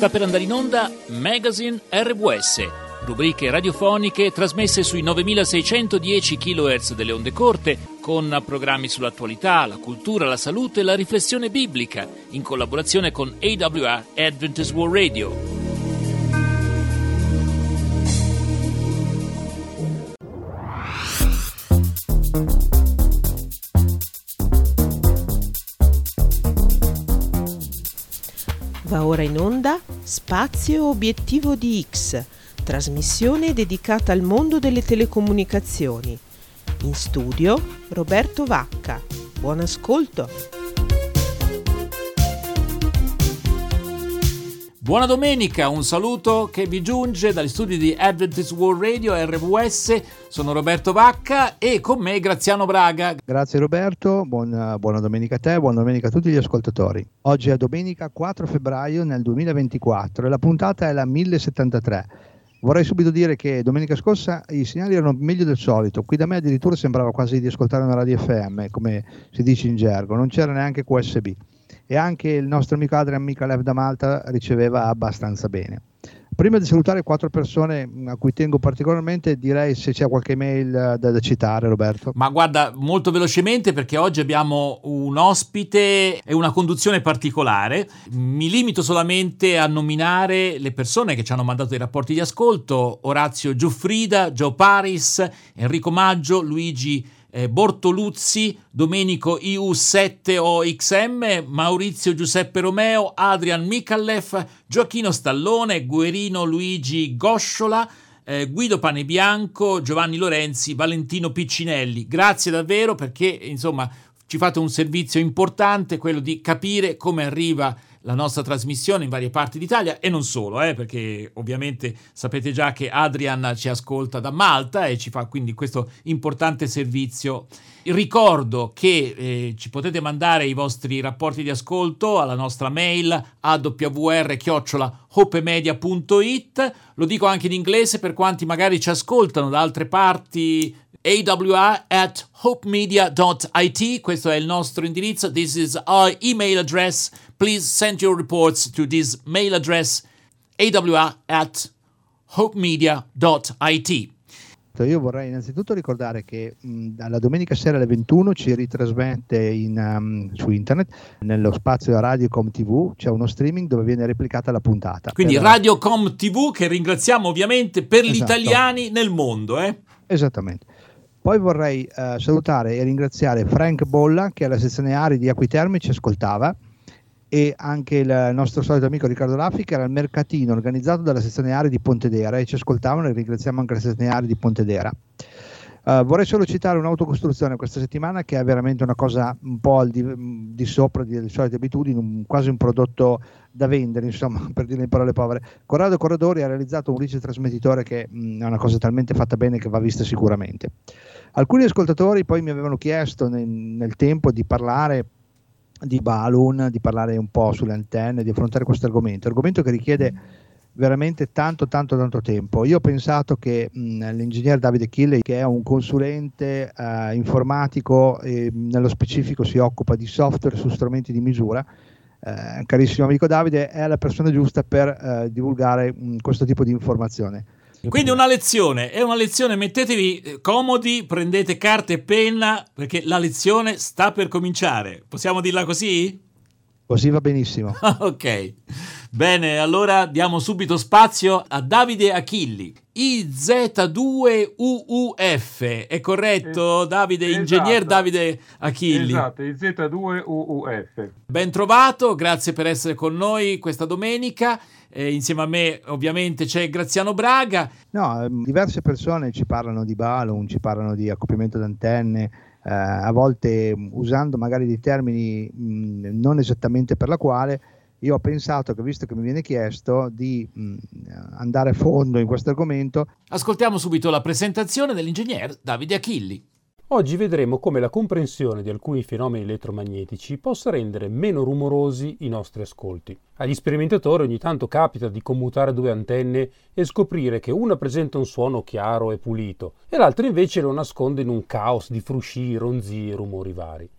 Sta per andare in onda Magazine RWS, rubriche radiofoniche trasmesse sui 9610 kHz delle onde corte, con programmi sull'attualità, la cultura, la salute e la riflessione biblica, in collaborazione con AWR Adventist World Radio. Va ora in onda Spazio Obiettivo di X, trasmissione dedicata al mondo delle telecomunicazioni. In studio Roberto Vacca. Buon ascolto. Buona domenica, un saluto che vi giunge dagli studi di Adventist World Radio RWS. Sono Roberto Vacca e con me Graziano Braga. Grazie Roberto, buona domenica a te, buona domenica a tutti gli ascoltatori. Oggi è domenica 4 febbraio nel 2024 e la puntata è la 1073. Vorrei subito dire che domenica scorsa i segnali erano meglio del solito, qui da me addirittura sembrava quasi di ascoltare una radio FM, come si dice in gergo, non c'era neanche QSB. E anche il nostro amico Adrian Mikalev da Malta riceveva abbastanza bene. Prima di salutare 4 persone a cui tengo particolarmente, direi se c'è qualche mail da citare, Roberto. Ma guarda, molto velocemente, perché oggi abbiamo un ospite e una conduzione particolare. Mi limito solamente a nominare le persone che ci hanno mandato dei rapporti di ascolto: Orazio Giuffrida, Joe Paris, Enrico Maggio, Luigi Bortoluzzi, Domenico IU7OXM, Maurizio Giuseppe Romeo, Adrian Micallef, Gioacchino Stallone, Guerino Luigi Gosciola, Guido Panebianco, Giovanni Lorenzi, Valentino Piccinelli. Grazie davvero, perché insomma ci fate un servizio importante, quello di capire come arriva la nostra trasmissione in varie parti d'Italia e non solo, perché ovviamente sapete già che Adrian ci ascolta da Malta e ci fa quindi questo importante servizio. Ricordo che ci potete mandare i vostri rapporti di ascolto alla nostra mail awr@hopemedia.it. Lo dico anche in inglese per quanti magari ci ascoltano da altre parti: awr@hopemedia.it. Questo è il nostro indirizzo. This is our email address. Please send your reports to this mail address, awr@hopemedia.it. Io vorrei innanzitutto ricordare che dalla domenica sera alle 21 ci ritrasmette su internet, nello spazio Radiocom TV, c'è uno streaming dove viene replicata la puntata. Quindi Radiocom TV, che ringraziamo ovviamente per gli italiani nel mondo. Esattamente. Poi vorrei salutare e ringraziare Frank Bolla, che alla sezione Ari di Acquiterme ci ascoltava, e anche il nostro solito amico Riccardo Raffi, che era al mercatino organizzato dalla sezione Ari di Pontedera, e ci ascoltavano, e ringraziamo anche la sezione Ari di Pontedera. Vorrei solo citare un'autocostruzione questa settimana che è veramente una cosa un po' al di sopra delle solite abitudini, quasi un prodotto da vendere, insomma, per dire in parole povere. Corrado Corradori ha realizzato un lice trasmettitore che è una cosa talmente fatta bene che va vista sicuramente. Alcuni ascoltatori poi mi avevano chiesto nel tempo di parlare di balloon, di parlare un po' sulle antenne, di affrontare questo argomento che richiede veramente tanto tempo. Io ho pensato che l'ingegner Davide Achille, che è un consulente informatico e nello specifico si occupa di software su strumenti di misura, carissimo amico Davide, è la persona giusta per divulgare questo tipo di informazione. Quindi è una lezione, mettetevi comodi, prendete carta e penna, perché la lezione sta per cominciare. Possiamo dirla così? Così va benissimo. Ok, bene, allora diamo subito spazio a Davide Achilli. IZ2UUF, è corretto Davide? Esatto. Ingegner Davide Achilli. Esatto, IZ2UUF. Ben trovato, grazie per essere con noi questa domenica. Insieme a me ovviamente c'è Graziano Braga. No, diverse persone ci parlano di balloon, ci parlano di accoppiamento d'antenne, a volte usando magari dei termini non esattamente per la quale. Io ho pensato che, visto che mi viene chiesto, di andare a fondo in questo argomento. Ascoltiamo subito la presentazione dell'ingegner Davide Achilli. Oggi vedremo come la comprensione di alcuni fenomeni elettromagnetici possa rendere meno rumorosi i nostri ascolti. Agli sperimentatori ogni tanto capita di commutare 2 antenne e scoprire che una presenta un suono chiaro e pulito e l'altra invece lo nasconde in un caos di frusci, ronzii e rumori vari.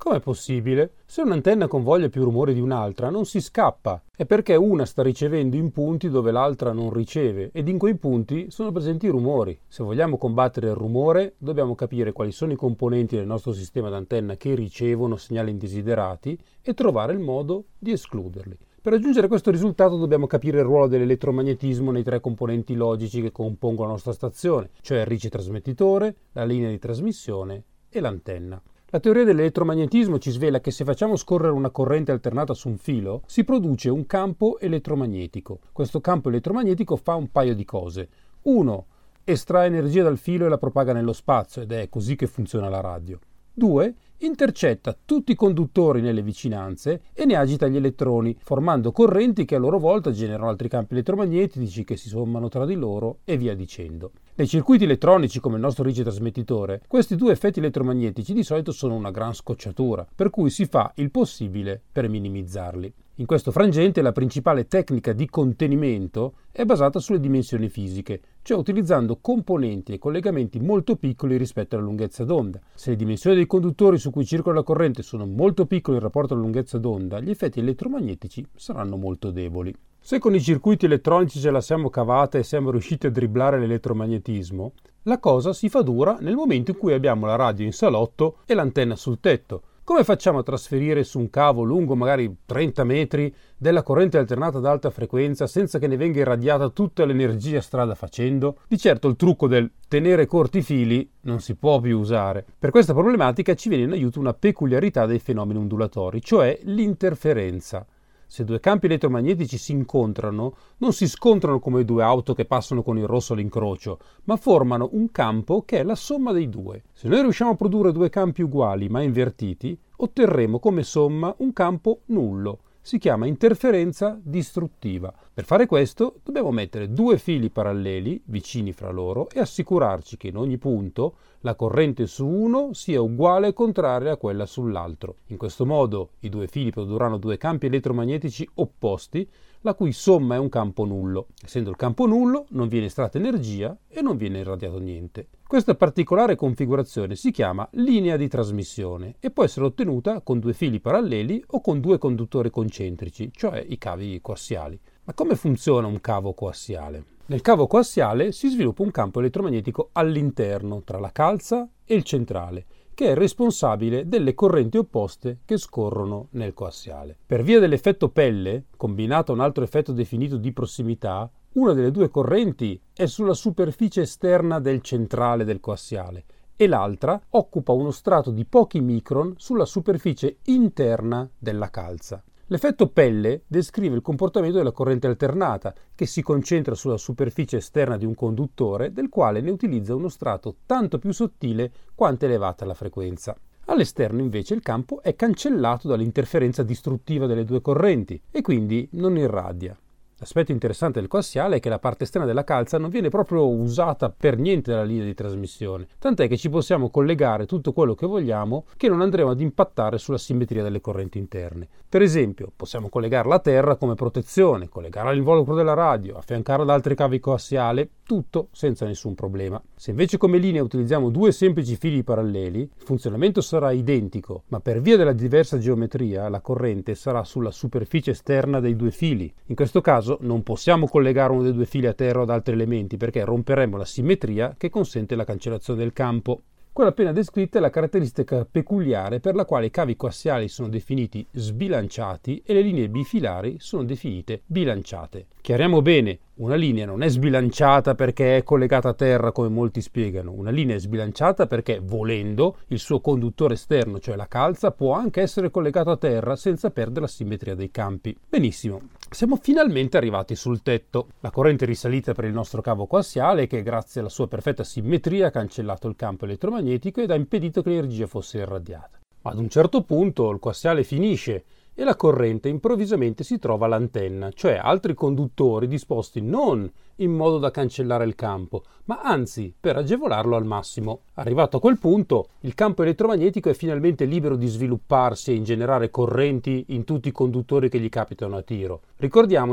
Com'è possibile? Se un'antenna convoglia più rumore di un'altra, non si scappa. È perché una sta ricevendo in punti dove l'altra non riceve, ed in quei punti sono presenti i rumori. Se vogliamo combattere il rumore, dobbiamo capire quali sono i componenti del nostro sistema d'antenna che ricevono segnali indesiderati e trovare il modo di escluderli. Per raggiungere questo risultato dobbiamo capire il ruolo dell'elettromagnetismo nei 3 componenti logici che compongono la nostra stazione, cioè il ricetrasmettitore, la linea di trasmissione e l'antenna. La teoria dell'elettromagnetismo ci svela che se facciamo scorrere una corrente alternata su un filo, si produce un campo elettromagnetico. Questo campo elettromagnetico fa un paio di cose. 1. Estrae energia dal filo e la propaga nello spazio, ed è così che funziona la radio. 2. Intercetta tutti i conduttori nelle vicinanze e ne agita gli elettroni, formando correnti che a loro volta generano altri campi elettromagnetici che si sommano tra di loro e via dicendo. Nei circuiti elettronici come il nostro ricetrasmettitore, questi 2 effetti elettromagnetici di solito sono una gran scocciatura, per cui si fa il possibile per minimizzarli. In questo frangente la principale tecnica di contenimento è basata sulle dimensioni fisiche, cioè utilizzando componenti e collegamenti molto piccoli rispetto alla lunghezza d'onda. Se le dimensioni dei conduttori su cui circola la corrente sono molto piccole in rapporto alla lunghezza d'onda, gli effetti elettromagnetici saranno molto deboli. Se con i circuiti elettronici ce la siamo cavata e siamo riusciti a dribblare l'elettromagnetismo, la cosa si fa dura nel momento in cui abbiamo la radio in salotto e l'antenna sul tetto. Come facciamo a trasferire su un cavo lungo magari 30 metri della corrente alternata ad alta frequenza senza che ne venga irradiata tutta l'energia strada facendo? Di certo il trucco del tenere corti i fili non si può più usare. Per questa problematica ci viene in aiuto una peculiarità dei fenomeni ondulatori, cioè l'interferenza. Se 2 campi elettromagnetici si incontrano, non si scontrano come 2 auto che passano con il rosso all'incrocio, ma formano un campo che è la somma dei 2. Se noi riusciamo a produrre 2 campi uguali ma invertiti, otterremo come somma un campo nullo. Si chiama interferenza distruttiva. Per fare questo dobbiamo mettere 2 fili paralleli vicini fra loro e assicurarci che in ogni punto la corrente su uno sia uguale e contraria a quella sull'altro. In questo modo i 2 fili produrranno 2 campi elettromagnetici opposti, la cui somma è un campo nullo. Essendo il campo nullo, non viene estratta energia e non viene irradiato niente. Questa particolare configurazione si chiama linea di trasmissione e può essere ottenuta con 2 fili paralleli o con 2 conduttori concentrici, cioè i cavi coassiali. Ma come funziona un cavo coassiale? Nel cavo coassiale si sviluppa un campo elettromagnetico all'interno, tra la calza e il centrale, che è responsabile delle correnti opposte che scorrono nel coassiale. Per via dell'effetto pelle, combinato a un altro effetto definito di prossimità, una delle 2 correnti è sulla superficie esterna del centrale del coassiale e l'altra occupa uno strato di pochi micron sulla superficie interna della calza. L'effetto pelle descrive il comportamento della corrente alternata, che si concentra sulla superficie esterna di un conduttore del quale ne utilizza uno strato tanto più sottile quanto elevata la frequenza. All'esterno invece il campo è cancellato dall'interferenza distruttiva delle 2 correnti e quindi non irradia. L'aspetto interessante del coassiale è che la parte esterna della calza non viene proprio usata per niente dalla linea di trasmissione, tant'è che ci possiamo collegare tutto quello che vogliamo che non andremo ad impattare sulla simmetria delle correnti interne. Per esempio, possiamo collegarla a terra come protezione, collegarla all'involucro della radio, affiancarla ad altri cavi coassiali, tutto senza nessun problema. Se invece come linea utilizziamo 2 semplici fili paralleli, il funzionamento sarà identico, ma per via della diversa geometria la corrente sarà sulla superficie esterna dei 2 fili. In questo caso non possiamo collegare uno dei 2 fili a terra o ad altri elementi perché romperemo la simmetria che consente la cancellazione del campo. Quella appena descritta è la caratteristica peculiare per la quale i cavi coassiali sono definiti sbilanciati e le linee bifilari sono definite bilanciate. Chiariamo bene, una linea non è sbilanciata perché è collegata a terra come molti spiegano, una linea è sbilanciata perché, volendo, il suo conduttore esterno, cioè la calza, può anche essere collegato a terra senza perdere la simmetria dei campi. Benissimo, siamo finalmente arrivati sul tetto. La corrente è risalita per il nostro cavo coassiale che grazie alla sua perfetta simmetria ha cancellato il campo elettromagnetico ed ha impedito che l'energia fosse irradiata. Ma ad un certo punto il coassiale finisce e la corrente improvvisamente si trova all'antenna, cioè altri conduttori disposti non in modo da cancellare il campo, ma anzi per agevolarlo al massimo. Arrivato a quel punto, il campo elettromagnetico è finalmente libero di svilupparsi e ingenerare correnti in tutti i conduttori che gli capitano a tiro. Ricordiamoci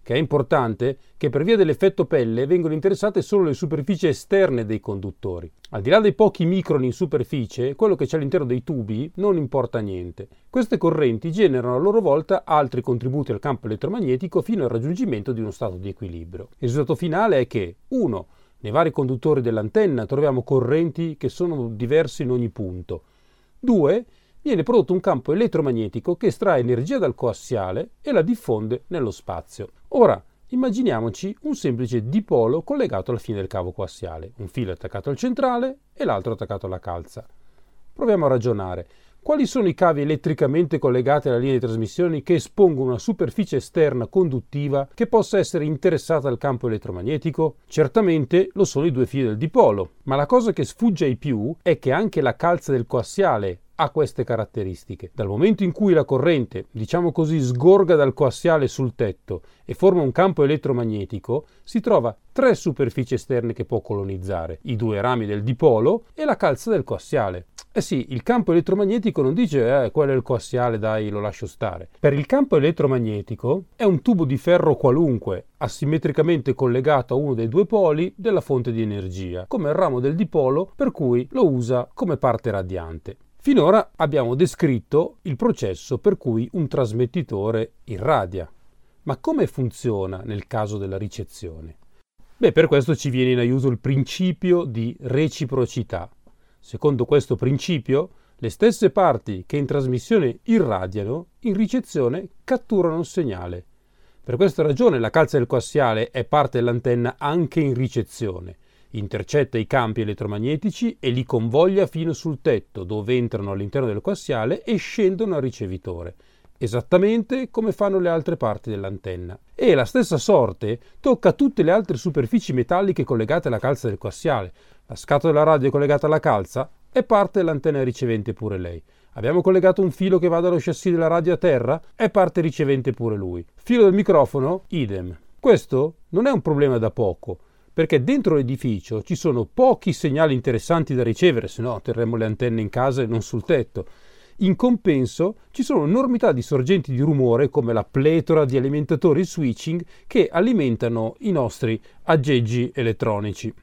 che è importante che per via dell'effetto pelle vengono interessate solo le superfici esterne dei conduttori. Al di là dei pochi microni in superficie, quello che c'è all'interno dei tubi non importa niente. Queste correnti generano a loro volta altri contributi al campo elettromagnetico fino al raggiungimento di uno stato di equilibrio. Il risultato finale è che 1. Nei vari conduttori dell'antenna troviamo correnti che sono diverse in ogni punto. 2. Viene prodotto un campo elettromagnetico che estrae energia dal coassiale e la diffonde nello spazio. Ora, immaginiamoci un semplice dipolo collegato alla fine del cavo coassiale, un filo attaccato al centrale e l'altro attaccato alla calza. Proviamo a ragionare. Quali sono i cavi elettricamente collegati alla linea di trasmissione che espongono una superficie esterna conduttiva che possa essere interessata al campo elettromagnetico? Certamente lo sono i due fili del dipolo, ma la cosa che sfugge ai più è che anche la calza del coassiale ha queste caratteristiche. Dal momento in cui la corrente, diciamo così, sgorga dal coassiale sul tetto e forma un campo elettromagnetico, si trova 3 superfici esterne che può colonizzare, i 2 rami del dipolo e la calza del coassiale. Eh sì, il campo elettromagnetico non dice quello è il coassiale, dai, lo lascio stare. Per il campo elettromagnetico è un tubo di ferro qualunque, asimmetricamente collegato a uno dei 2 poli della fonte di energia, come il ramo del dipolo, per cui lo usa come parte radiante. Finora abbiamo descritto il processo per cui un trasmettitore irradia. Ma come funziona nel caso della ricezione? Per questo ci viene in aiuto il principio di reciprocità. Secondo questo principio, le stesse parti che in trasmissione irradiano, in ricezione catturano il segnale. Per questa ragione la calza del coassiale è parte dell'antenna anche in ricezione. Intercetta i campi elettromagnetici e li convoglia fino sul tetto, dove entrano all'interno del coassiale e scendono al ricevitore, esattamente come fanno le altre parti dell'antenna. E la stessa sorte tocca tutte le altre superfici metalliche collegate alla calza del coassiale. La scatola della radio è collegata alla calza, è parte dell'antenna ricevente pure lei. Abbiamo collegato un filo che va dallo chassis della radio a terra, è parte ricevente pure lui. Filo del microfono, idem. Questo non è un problema da poco, perché dentro l'edificio ci sono pochi segnali interessanti da ricevere, se no terremmo le antenne in casa e non sul tetto. In compenso ci sono un'enormità di sorgenti di rumore, come la pletora di alimentatori switching che alimentano i nostri aggeggi elettronici.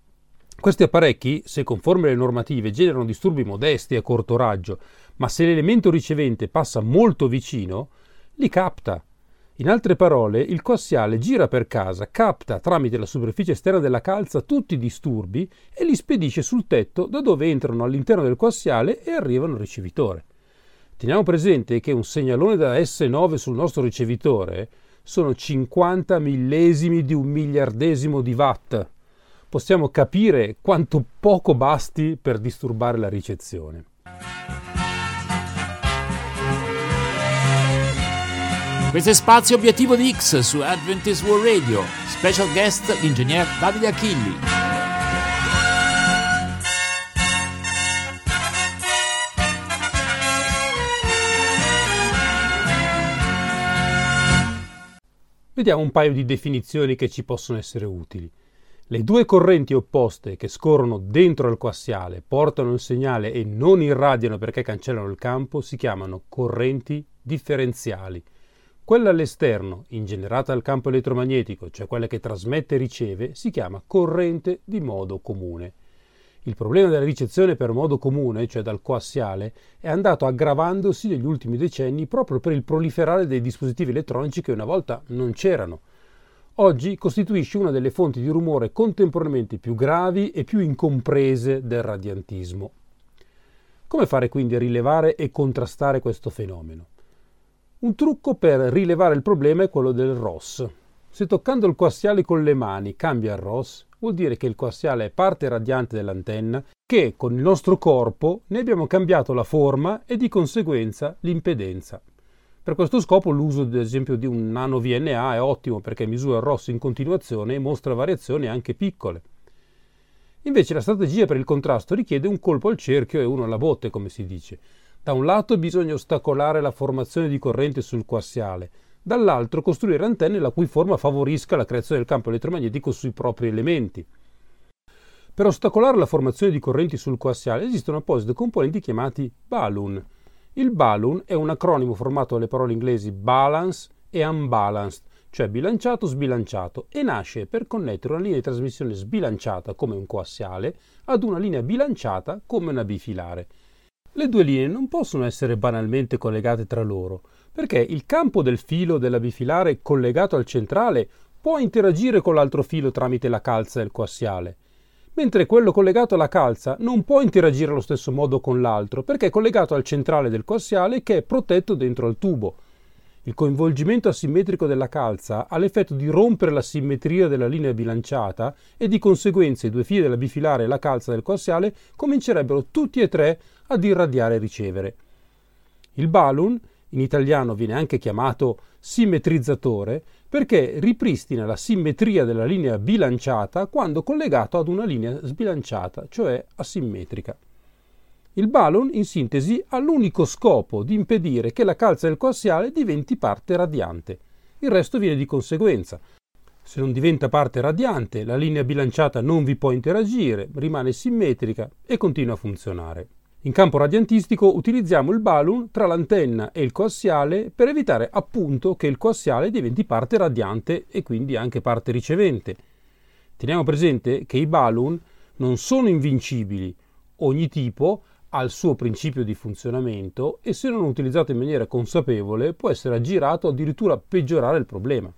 Questi apparecchi, se conformi alle normative, generano disturbi modesti a corto raggio, ma se l'elemento ricevente passa molto vicino, li capta. In altre parole, il coassiale gira per casa, capta tramite la superficie esterna della calza tutti i disturbi e li spedisce sul tetto, da dove entrano all'interno del coassiale e arrivano al ricevitore. Teniamo presente che un segnalone da S9 sul nostro ricevitore sono 50 millesimi di un miliardesimo di watt. Possiamo capire quanto poco basti per disturbare la ricezione. Questo è Spazio Obiettivo di X su Adventist World Radio. Special guest l'ingegner Davide Achilli. Vediamo un paio di definizioni che ci possono essere utili. Le 2 correnti opposte che scorrono dentro al coassiale, portano il segnale e non irradiano perché cancellano il campo, si chiamano correnti differenziali. Quella all'esterno, ingenerata dal campo elettromagnetico, cioè quella che trasmette e riceve, si chiama corrente di modo comune. Il problema della ricezione per modo comune, cioè dal coassiale, è andato aggravandosi negli ultimi decenni proprio per il proliferare dei dispositivi elettronici che una volta non c'erano. Oggi costituisce una delle fonti di rumore contemporaneamente più gravi e più incomprese del radiantismo. Come fare quindi a rilevare e contrastare questo fenomeno? Un trucco per rilevare il problema è quello del ROS. Se toccando il coassiale con le mani cambia il ROS, vuol dire che il coassiale è parte radiante dell'antenna, che con il nostro corpo ne abbiamo cambiato la forma e di conseguenza l'impedenza. Per questo scopo l'uso ad esempio di un nano VNA è ottimo perché misura il ROS in continuazione e mostra variazioni anche piccole. Invece la strategia per il contrasto richiede un colpo al cerchio e uno alla botte, come si dice. Da un lato bisogna ostacolare la formazione di corrente sul coassiale, dall'altro costruire antenne la cui forma favorisca la creazione del campo elettromagnetico sui propri elementi. Per ostacolare la formazione di correnti sul coassiale esistono apposite componenti chiamati balun. Il balun è un acronimo formato dalle parole inglesi balance e unbalanced, cioè bilanciato sbilanciato, e nasce per connettere una linea di trasmissione sbilanciata come un coassiale ad una linea bilanciata come una bifilare. Le due linee non possono essere banalmente collegate tra loro, perché il campo del filo della bifilare collegato al centrale può interagire con l'altro filo tramite la calza del coassiale, mentre quello collegato alla calza non può interagire allo stesso modo con l'altro, perché è collegato al centrale del coassiale che è protetto dentro al tubo. Il coinvolgimento asimmetrico della calza ha l'effetto di rompere la simmetria della linea bilanciata e di conseguenza i due fili della bifilare e la calza del coassiale comincerebbero tutti e tre ad irradiare e ricevere. Il balun, in italiano viene anche chiamato simmetrizzatore, perché ripristina la simmetria della linea bilanciata quando collegato ad una linea sbilanciata, cioè asimmetrica. Il balun, in sintesi, ha l'unico scopo di impedire che la calza del coassiale diventi parte radiante. Il resto viene di conseguenza. Se non diventa parte radiante, la linea bilanciata non vi può interagire, rimane simmetrica e continua a funzionare. In campo radiantistico utilizziamo il balun tra l'antenna e il coassiale per evitare appunto che il coassiale diventi parte radiante e quindi anche parte ricevente. Teniamo presente che i balun non sono invincibili, ogni tipo ha il suo principio di funzionamento e se non utilizzato in maniera consapevole può essere aggirato o addirittura peggiorare il problema.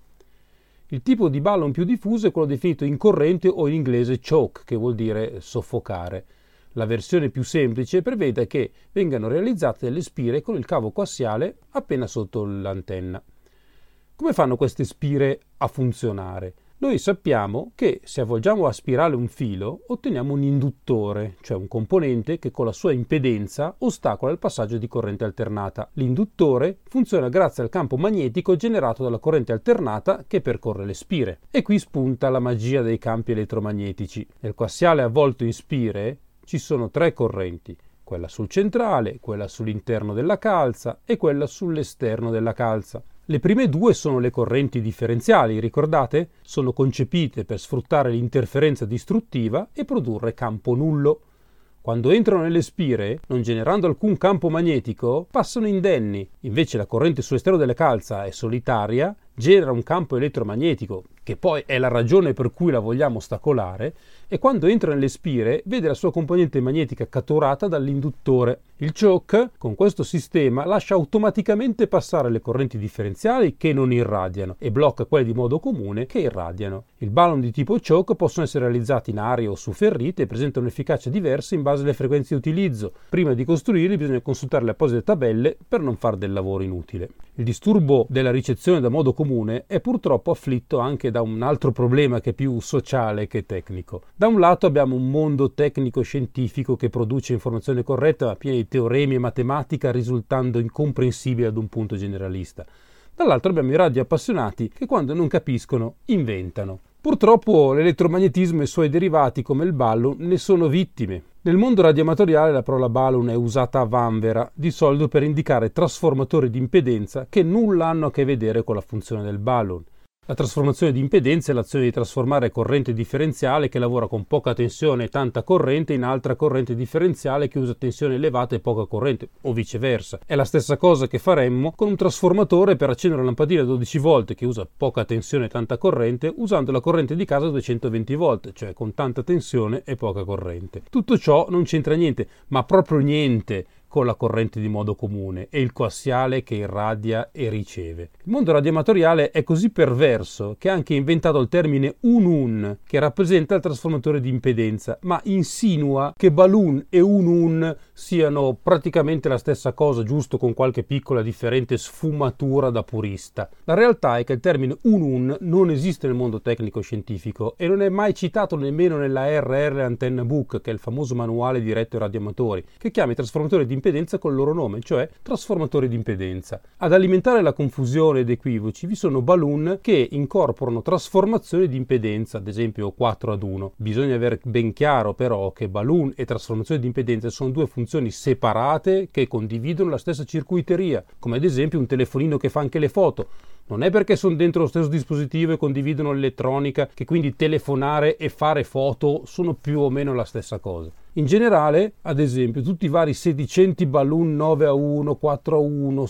Il tipo di balun più diffuso è quello definito incorrente o in inglese choke, che vuol dire soffocare. La versione più semplice prevede che vengano realizzate delle spire con il cavo coassiale appena sotto l'antenna. Come fanno queste spire a funzionare? Noi sappiamo che se avvolgiamo a spirale un filo otteniamo un induttore, cioè un componente che con la sua impedenza ostacola il passaggio di corrente alternata. L'induttore funziona grazie al campo magnetico generato dalla corrente alternata che percorre le spire. E qui spunta la magia dei campi elettromagnetici. Nel coassiale avvolto in spire ci sono tre correnti, quella sul centrale, quella sull'interno della calza e quella sull'esterno della calza. Le prime due sono le correnti differenziali, ricordate? Sono concepite per sfruttare l'interferenza distruttiva e produrre campo nullo. Quando entrano nelle spire, non generando alcun campo magnetico, passano indenni. Invece la corrente sull'esterno della calza è solitaria, genera un campo elettromagnetico, che poi è la ragione per cui la vogliamo ostacolare, e quando entra nelle spire vede la sua componente magnetica catturata dall'induttore. Il choke, con questo sistema, lascia automaticamente passare le correnti differenziali che non irradiano e blocca quelle di modo comune che irradiano. Il balun di tipo choke possono essere realizzati in aria o su ferrite e presentano efficacia diversa in base alle frequenze di utilizzo. Prima di costruirli bisogna consultare le apposite tabelle per non fare del lavoro inutile. Il disturbo della ricezione da modo comune è purtroppo afflitto anche da un altro problema che è più sociale che tecnico. Da un lato abbiamo un mondo tecnico-scientifico che produce informazione corretta ma piena di teoremi e matematica risultando incomprensibile ad un punto generalista. Dall'altro abbiamo i radio appassionati che quando non capiscono inventano. Purtroppo l'elettromagnetismo e i suoi derivati come il balun ne sono vittime. Nel mondo radioamatoriale la parola balun è usata a vanvera, di solito per indicare trasformatori di impedenza che nulla hanno a che vedere con la funzione del balun. La trasformazione di impedenza è l'azione di trasformare corrente differenziale che lavora con poca tensione e tanta corrente in altra corrente differenziale che usa tensione elevata e poca corrente, o viceversa. È la stessa cosa che faremmo con un trasformatore per accendere una lampadina 12 volt che usa poca tensione e tanta corrente, usando la corrente di casa 220 volt, cioè con tanta tensione e poca corrente. Tutto ciò non c'entra niente, ma proprio niente, con la corrente di modo comune e il coassiale che irradia e riceve. Il mondo radioamatoriale è così perverso che ha anche inventato il termine un che rappresenta il trasformatore di impedenza, ma insinua che balun e un siano praticamente la stessa cosa, giusto con qualche piccola differente sfumatura da purista. La realtà è che il termine un non esiste nel mondo tecnico-scientifico e non è mai citato nemmeno nella RR Antenna Book, che è il famoso manuale diretto ai radioamatori, che chiama i trasformatori di impedenza col loro nome, cioè trasformatori di impedenza. Ad alimentare la confusione ed equivoci vi sono balun che incorporano trasformazioni di impedenza, ad esempio 4:1. Bisogna avere ben chiaro però che balun e trasformazione di impedenza sono due funzioni separate che condividono la stessa circuiteria, come ad esempio un telefonino che fa anche le foto. Non è perché sono dentro lo stesso dispositivo e condividono l'elettronica che quindi telefonare e fare foto sono più o meno la stessa cosa. In generale, ad esempio, tutti i vari sedicenti balloon 9A1, 4A1,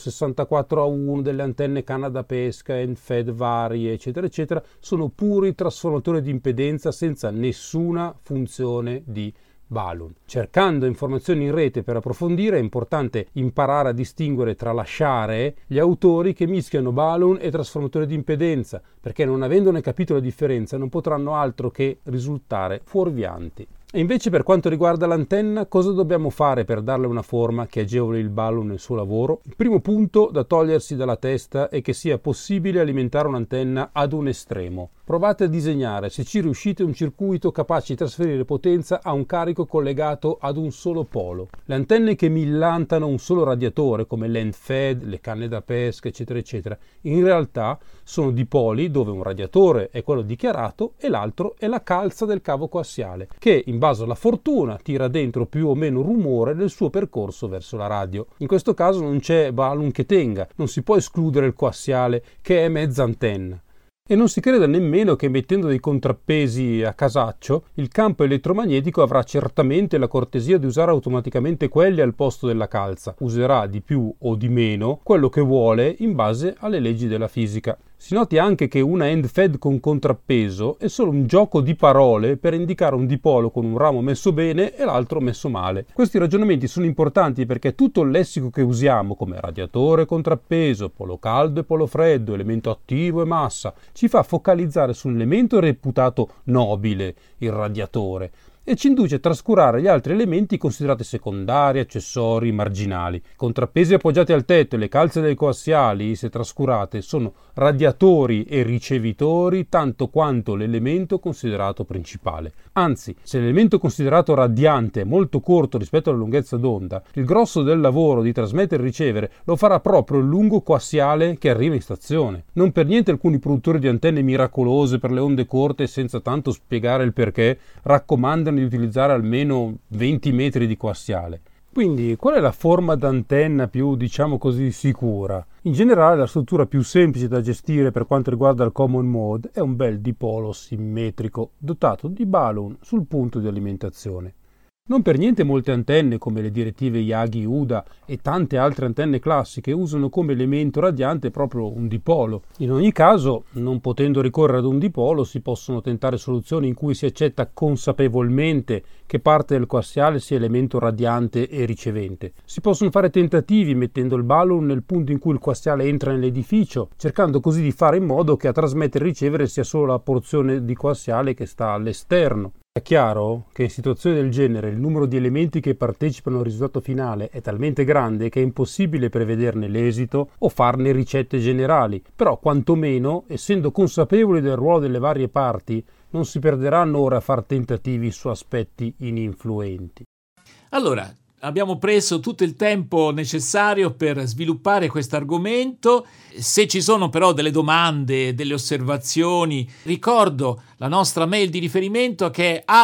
64A1 delle antenne canna da pesca, end-fed varie, eccetera, eccetera, sono puri trasformatori di impedenza senza nessuna funzione di balloon. Cercando informazioni in rete per approfondire è importante imparare a distinguere tra lasciare gli autori che mischiano balloon e trasformatori di impedenza, perché non avendone capito la differenza non potranno altro che risultare fuorvianti. E invece per quanto riguarda l'antenna, cosa dobbiamo fare per darle una forma che agevoli il balloon nel suo lavoro? Il primo punto da togliersi dalla testa è che sia possibile alimentare un'antenna ad un estremo. Provate a disegnare, se ci riuscite, un circuito capace di trasferire potenza a un carico collegato ad un solo polo. Le antenne che millantano un solo radiatore, come l'end-fed, le canne da pesca, eccetera, eccetera, in realtà sono dipoli dove un radiatore è quello dichiarato e l'altro è la calza del cavo coassiale, che in base alla fortuna tira dentro più o meno rumore nel suo percorso verso la radio. In questo caso non c'è balloon che tenga, non si può escludere il coassiale che è mezza antenna. E non si creda nemmeno che mettendo dei contrappesi a casaccio il campo elettromagnetico avrà certamente la cortesia di usare automaticamente quelli al posto della calza. Userà di più o di meno quello che vuole in base alle leggi della fisica. Si noti anche che una end-fed con contrappeso è solo un gioco di parole per indicare un dipolo con un ramo messo bene e l'altro messo male. Questi ragionamenti sono importanti perché tutto il lessico che usiamo, come radiatore, contrappeso, polo caldo e polo freddo, elemento attivo e massa, ci fa focalizzare su un elemento reputato nobile, il radiatore, e ci induce a trascurare gli altri elementi considerati secondari, accessori, marginali. Contrappesi appoggiati al tetto e le calze dei coassiali, se trascurate, sono radiatori e ricevitori tanto quanto l'elemento considerato principale. Anzi, se l'elemento considerato radiante è molto corto rispetto alla lunghezza d'onda, il grosso del lavoro di trasmettere e ricevere lo farà proprio il lungo coassiale che arriva in stazione. Non per niente alcuni produttori di antenne miracolose per le onde corte, senza tanto spiegare il perché, raccomandano di utilizzare almeno 20 metri di coassiale. Quindi, qual è la forma d'antenna più, diciamo così, sicura? In generale, la struttura più semplice da gestire per quanto riguarda il common mode è un bel dipolo simmetrico dotato di balloon sul punto di alimentazione. Non per niente molte antenne come le direttive Yagi UDA e tante altre antenne classiche usano come elemento radiante proprio un dipolo. In ogni caso, non potendo ricorrere ad un dipolo, si possono tentare soluzioni in cui si accetta consapevolmente che parte del coassiale sia elemento radiante e ricevente. Si possono fare tentativi mettendo il balloon nel punto in cui il coassiale entra nell'edificio, cercando così di fare in modo che a trasmettere e ricevere sia solo la porzione di coassiale che sta all'esterno. È chiaro che in situazioni del genere il numero di elementi che partecipano al risultato finale è talmente grande che è impossibile prevederne l'esito o farne ricette generali, però quantomeno, essendo consapevoli del ruolo delle varie parti, non si perderanno ora a far tentativi su aspetti ininfluenti. Allora, abbiamo preso tutto il tempo necessario per sviluppare questo argomento. Se ci sono però delle domande, delle osservazioni, ricordo la nostra mail di riferimento che è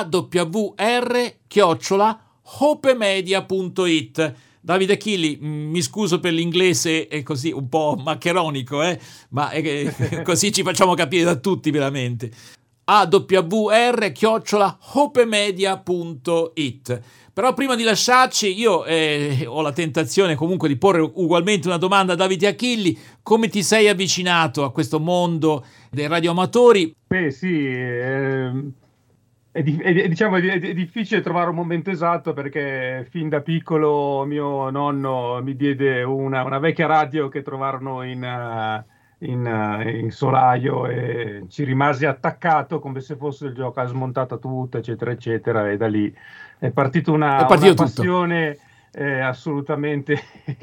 awr@hopemedia.it. Davide Achilli, mi scuso per l'inglese, è così un po' maccheronico, ma così ci facciamo capire da tutti veramente. awr@hopemedia.it. Però prima di lasciarci io ho la tentazione comunque di porre ugualmente una domanda a Davide Achilli. Come ti sei avvicinato a questo mondo dei radioamatori? Beh sì, è difficile trovare un momento esatto perché fin da piccolo mio nonno mi diede una vecchia radio che trovarono in solaio e ci rimasi attaccato come se fosse il gioco, ha smontato tutto eccetera eccetera, e da lì è partita una passione assolutamente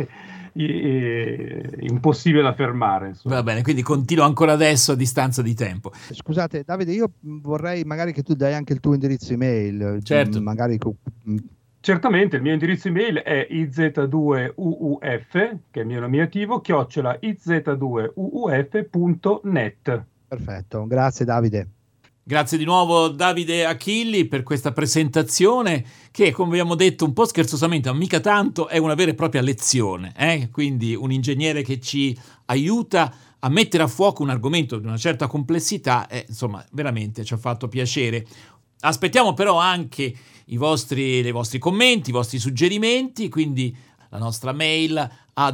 impossibile da fermare, insomma. Va bene, quindi continua ancora adesso a distanza di tempo. Scusate Davide, io vorrei magari che tu dai anche il tuo indirizzo email. Certo. Magari Certamente, il mio indirizzo email è iz2uuf, che è il mio nominativo, @iz2uuf.net. Perfetto, grazie Davide. Grazie di nuovo Davide Achilli per questa presentazione che, come abbiamo detto un po' scherzosamente, ma mica tanto, è una vera e propria lezione, Quindi un ingegnere che ci aiuta a mettere a fuoco un argomento di una certa complessità, insomma veramente ci ha fatto piacere. Aspettiamo però anche i vostri commenti, i vostri suggerimenti, quindi la nostra mail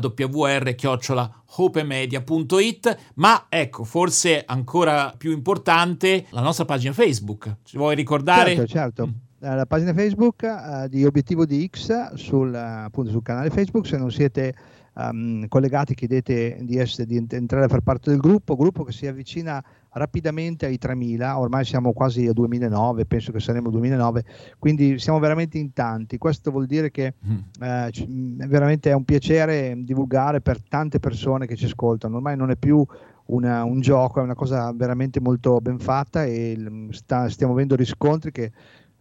awr@hopemedia.it, ma ecco, forse ancora più importante, la nostra pagina Facebook. Ci vuoi ricordare? Certo. La pagina Facebook di Obiettivo di X appunto sul canale Facebook. Se non siete collegati, chiedete di entrare a far parte del gruppo che si avvicina rapidamente ai 3.000, ormai siamo quasi a 2009, penso che saremo 2009, quindi siamo veramente in tanti. Questo vuol dire che veramente è un piacere divulgare per tante persone che ci ascoltano. Ormai non è più un gioco, è una cosa veramente molto ben fatta e stiamo avendo riscontri che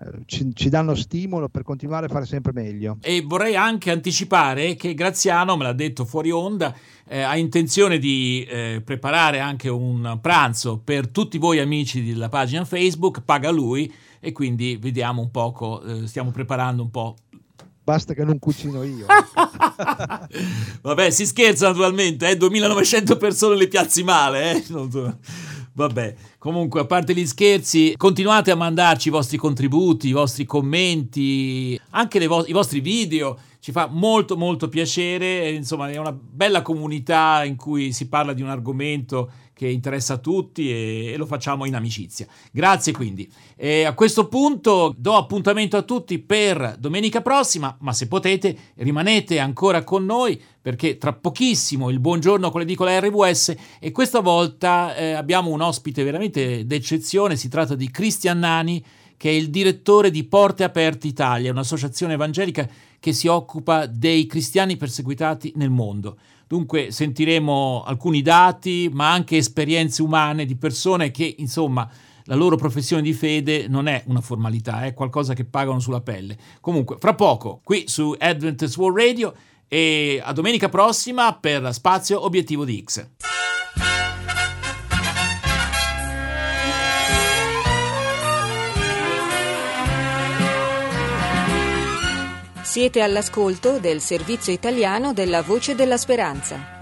ci danno stimolo per continuare a fare sempre meglio. E vorrei anche anticipare che Graziano, me l'ha detto fuori onda, ha intenzione di preparare anche un pranzo per tutti voi amici della pagina Facebook, paga lui, e quindi vediamo un poco, stiamo preparando un po'. Basta che non cucino io. Vabbè, si scherza naturalmente, 2900 persone le piazzi male, Vabbè, comunque, a parte gli scherzi, continuate a mandarci i vostri contributi, i vostri commenti, anche i vostri video, ci fa molto molto piacere, insomma è una bella comunità in cui si parla di un argomento che interessa a tutti e lo facciamo in amicizia. Grazie quindi. E a questo punto do appuntamento a tutti per domenica prossima, ma se potete rimanete ancora con noi perché tra pochissimo il buongiorno con l'edicola RWS e questa volta abbiamo un ospite veramente d'eccezione. Si tratta di Cristian Nani, che è il direttore di Porte Aperte Italia, un'associazione evangelica che si occupa dei cristiani perseguitati nel mondo. Dunque sentiremo alcuni dati, ma anche esperienze umane di persone che, insomma, la loro professione di fede non è una formalità, è qualcosa che pagano sulla pelle. Comunque, fra poco, qui su Adventist World Radio, e a domenica prossima per Spazio Obiettivo di X. Siete all'ascolto del servizio italiano della Voce della Speranza.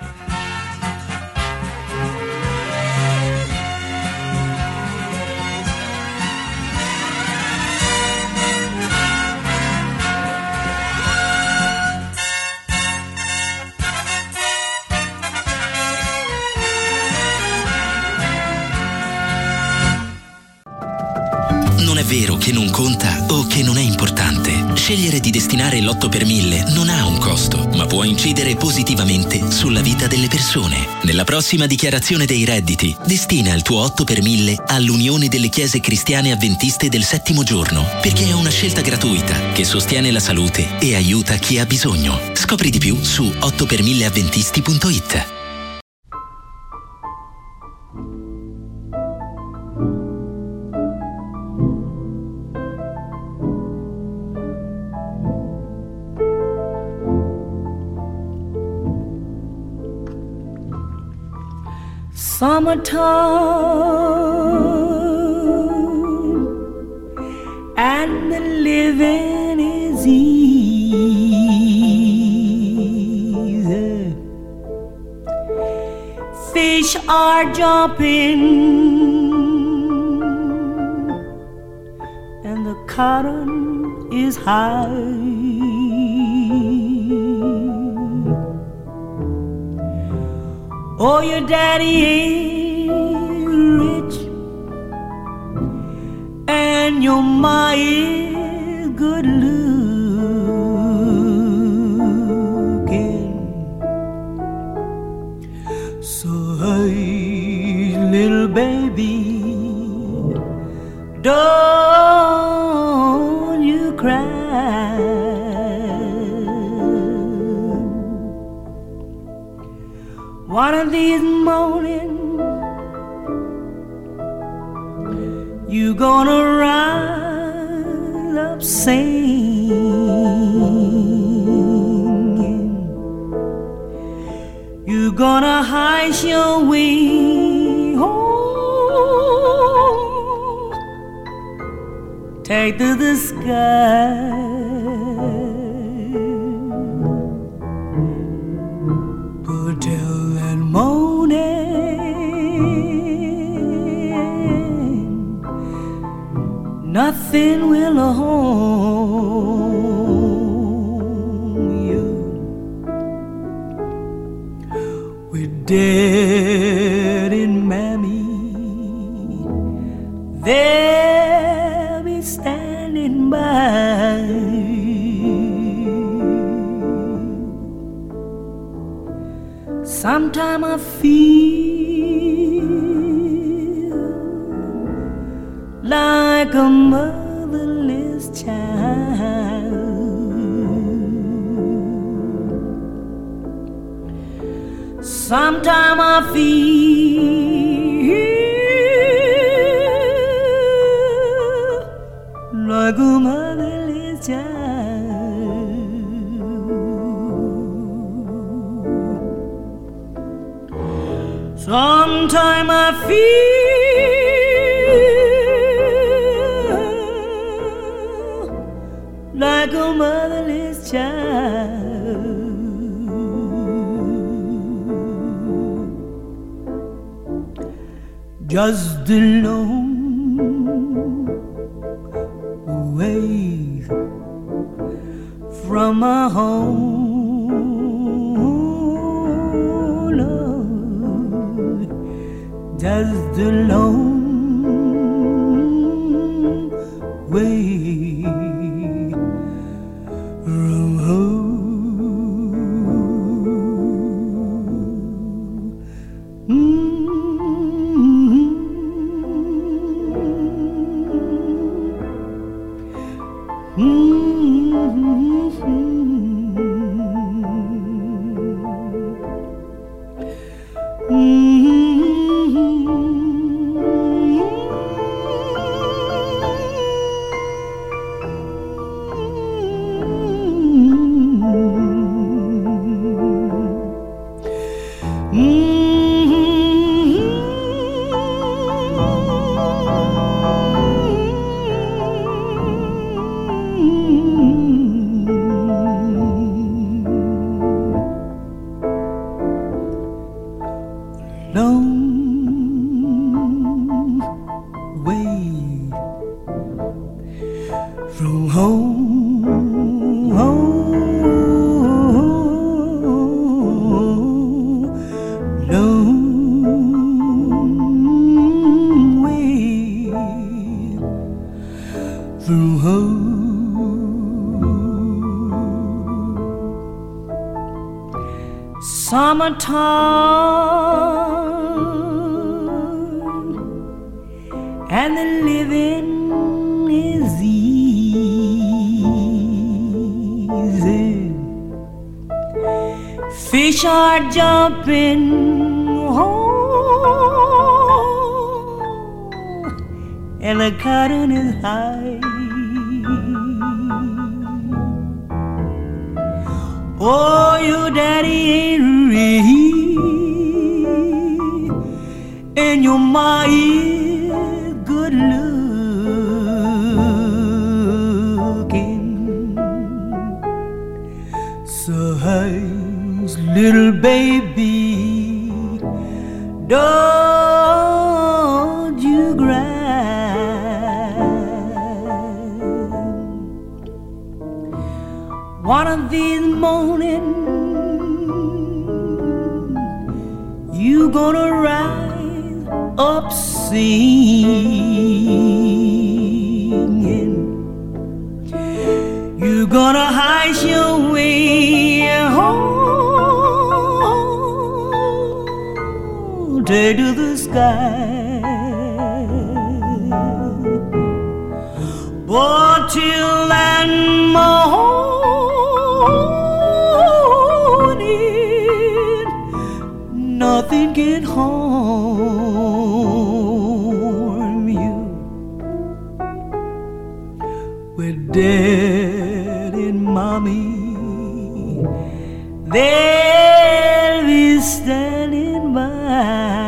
Non è vero che non conta o che non è importante. Scegliere di destinare l'8 per 1000 non ha un costo, ma può incidere positivamente sulla vita delle persone. Nella prossima dichiarazione dei redditi, destina il tuo 8 per 1000 all'Unione delle Chiese Cristiane Adventiste del Settimo Giorno, perché è una scelta gratuita che sostiene la salute e aiuta chi ha bisogno. Scopri di più su 8per1000adventisti.it. Summertime and the living is easy. Fish are jumping and the cotton is high. Oh, your daddy ain't rich and your ma is good looking. So hey, little baby, don't you cry. One of these mornings you gonna rise up singing. You gonna hide your way home take to the sky. But till that morning, nothing will harm you. We're dead in Mammy. They'll be standing by. Sometime I feel like a motherless child. Sometime I feel like a motherless child. Sometime I feel like a motherless child. Just alone away from my home, Lord, just a long way from home. Summertime and the living is easy. Fish are jumping and the cotton is high. Oh, your daddy ain't rich, and your ma is good looking. So hush, little baby, don't you cry. One of these mornings you gonna rise up singing. You gonna hide your way home, take to the sky. But till that morning, nothing can harm you. We're dead in mommy, they'll be standing by.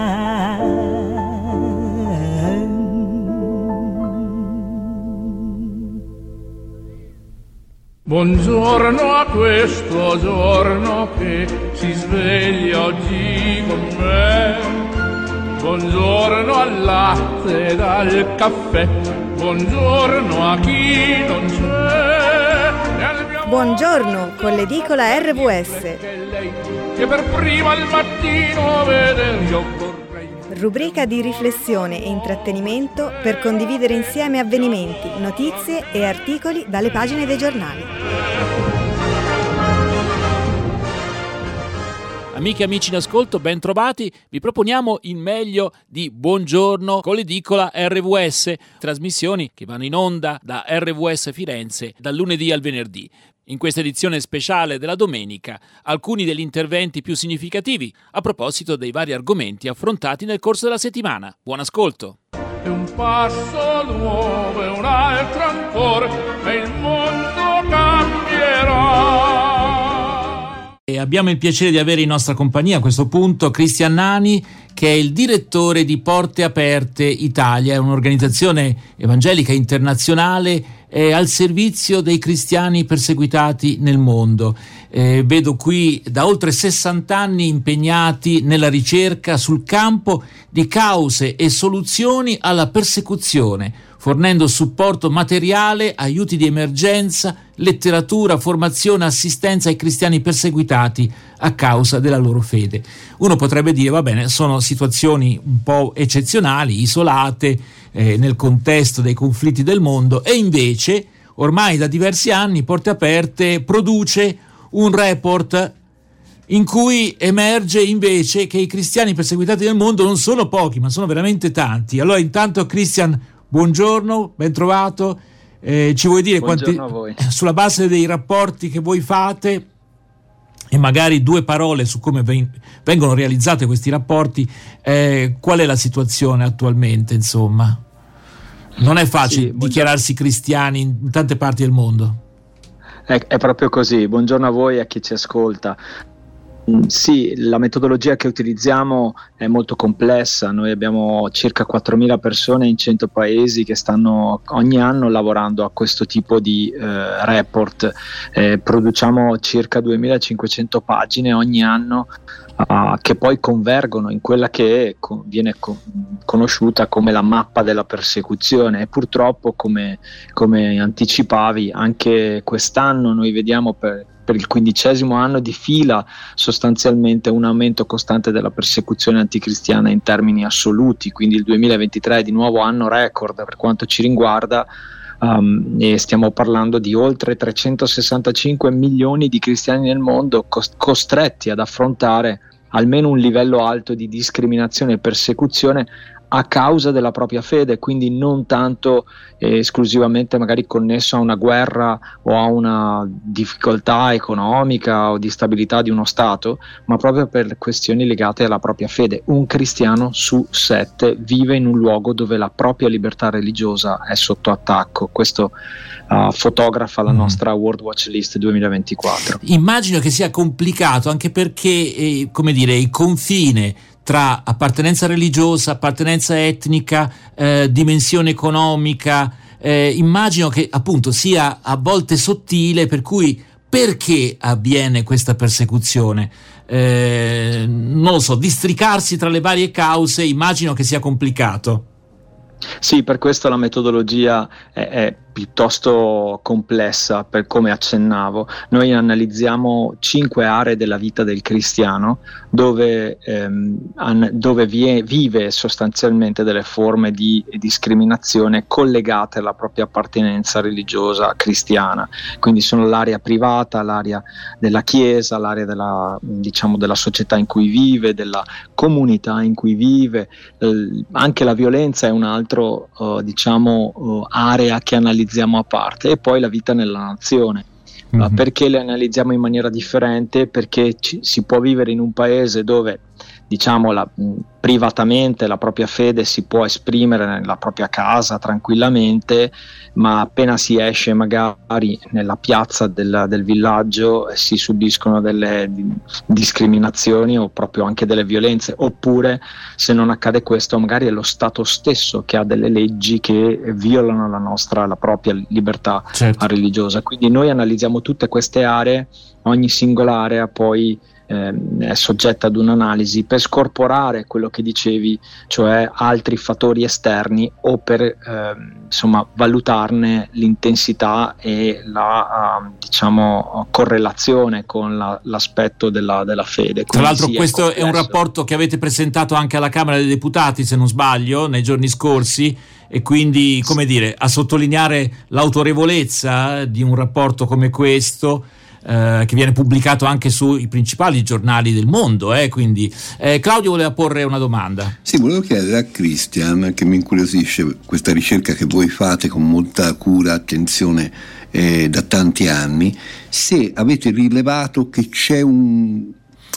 Buongiorno a questo giorno che si sveglia oggi con me. Buongiorno al latte ed al caffè. Buongiorno a chi non c'è. Buongiorno con l'edicola RVS. Che per prima al mattino veder io vorrei. Rubrica di riflessione e intrattenimento per condividere insieme avvenimenti, notizie e articoli dalle pagine dei giornali. Amiche e amici in ascolto, ben trovati. Vi proponiamo il meglio di Buongiorno con l'edicola RVS, trasmissioni che vanno in onda da RVS Firenze dal lunedì al venerdì. In questa edizione speciale della domenica, alcuni degli interventi più significativi a proposito dei vari argomenti affrontati nel corso della settimana. Buon ascolto! È un passo nuovo e un altro ancora e il mondo cambierà. E abbiamo il piacere di avere in nostra compagnia a questo punto Cristian Nani, che è il direttore di Porte Aperte Italia, è un'organizzazione evangelica internazionale al servizio dei cristiani perseguitati nel mondo. Vedo qui da oltre 60 anni impegnati nella ricerca sul campo di cause e soluzioni alla persecuzione, fornendo supporto materiale, aiuti di emergenza, letteratura, formazione, assistenza ai cristiani perseguitati a causa della loro fede. Uno potrebbe dire, va bene, sono situazioni un po' eccezionali, isolate, nel contesto dei conflitti del mondo, e invece ormai da diversi anni Porte Aperte produce un report in cui emerge invece che i cristiani perseguitati nel mondo non sono pochi, ma sono veramente tanti. Allora intanto Cristian, buongiorno, ben trovato. Ci vuoi dire quanti, sulla base dei rapporti che voi fate, e magari due parole su come vengono realizzati questi rapporti, qual è la situazione attualmente? Insomma, non è facile dichiararsi cristiani in tante parti del mondo. È proprio così. Buongiorno a voi e a chi ci ascolta. Sì, la metodologia che utilizziamo è molto complessa. Noi abbiamo circa 4.000 persone in 100 paesi che stanno ogni anno lavorando a questo tipo di report. Produciamo circa 2.500 pagine ogni anno che poi convergono in quella che viene conosciuta come la mappa della persecuzione. E purtroppo, come anticipavi, anche quest'anno noi vediamo per il 15° anno di fila sostanzialmente un aumento costante della persecuzione anticristiana in termini assoluti. Quindi il 2023 è di nuovo anno record per quanto ci riguarda, e stiamo parlando di oltre 365 milioni di cristiani nel mondo costretti ad affrontare almeno un livello alto di discriminazione e persecuzione a causa della propria fede, quindi non tanto esclusivamente magari connesso a una guerra o a una difficoltà economica o di stabilità di uno Stato, ma proprio per questioni legate alla propria fede. Un cristiano su 7 vive in un luogo dove la propria libertà religiosa è sotto attacco. Questo fotografa la nostra World Watch List 2024. Immagino che sia complicato anche perché, come dire, il confine tra appartenenza religiosa, appartenenza etnica, dimensione economica, immagino che appunto sia a volte sottile, per cui perché avviene questa persecuzione? Non lo so, districarsi tra le varie cause immagino che sia complicato. Sì, per questo la metodologia è piuttosto complessa, per come accennavo. Noi analizziamo 5 aree della vita del cristiano dove vive sostanzialmente delle forme di discriminazione collegate alla propria appartenenza religiosa cristiana. Quindi sono l'area privata, l'area della chiesa, l'area della società in cui vive, della comunità in cui vive. Anche la violenza è un altro area che analizziamo a parte, e poi la vita nella nazione. Perché le analizziamo in maniera differente? Perché si può vivere in un paese dove privatamente la propria fede si può esprimere nella propria casa tranquillamente, ma appena si esce magari nella piazza del villaggio si subiscono delle discriminazioni o proprio anche delle violenze, oppure se non accade questo magari è lo Stato stesso che ha delle leggi che violano la propria libertà religiosa. Quindi noi analizziamo tutte queste aree, ogni singola area poi è soggetta ad un'analisi per scorporare quello che dicevi, cioè altri fattori esterni, o per valutarne l'intensità e la correlazione con l'aspetto della fede. Tra l'altro questo è un rapporto che avete presentato anche alla Camera dei Deputati, se non sbaglio, nei giorni scorsi, e quindi, come dire, a sottolineare l'autorevolezza di un rapporto come questo, che viene pubblicato anche sui principali giornali del mondo, quindi Claudio voleva porre una domanda. Sì, volevo chiedere a Christian, che mi incuriosisce questa ricerca che voi fate con molta cura, attenzione da tanti anni, se avete rilevato che c'è un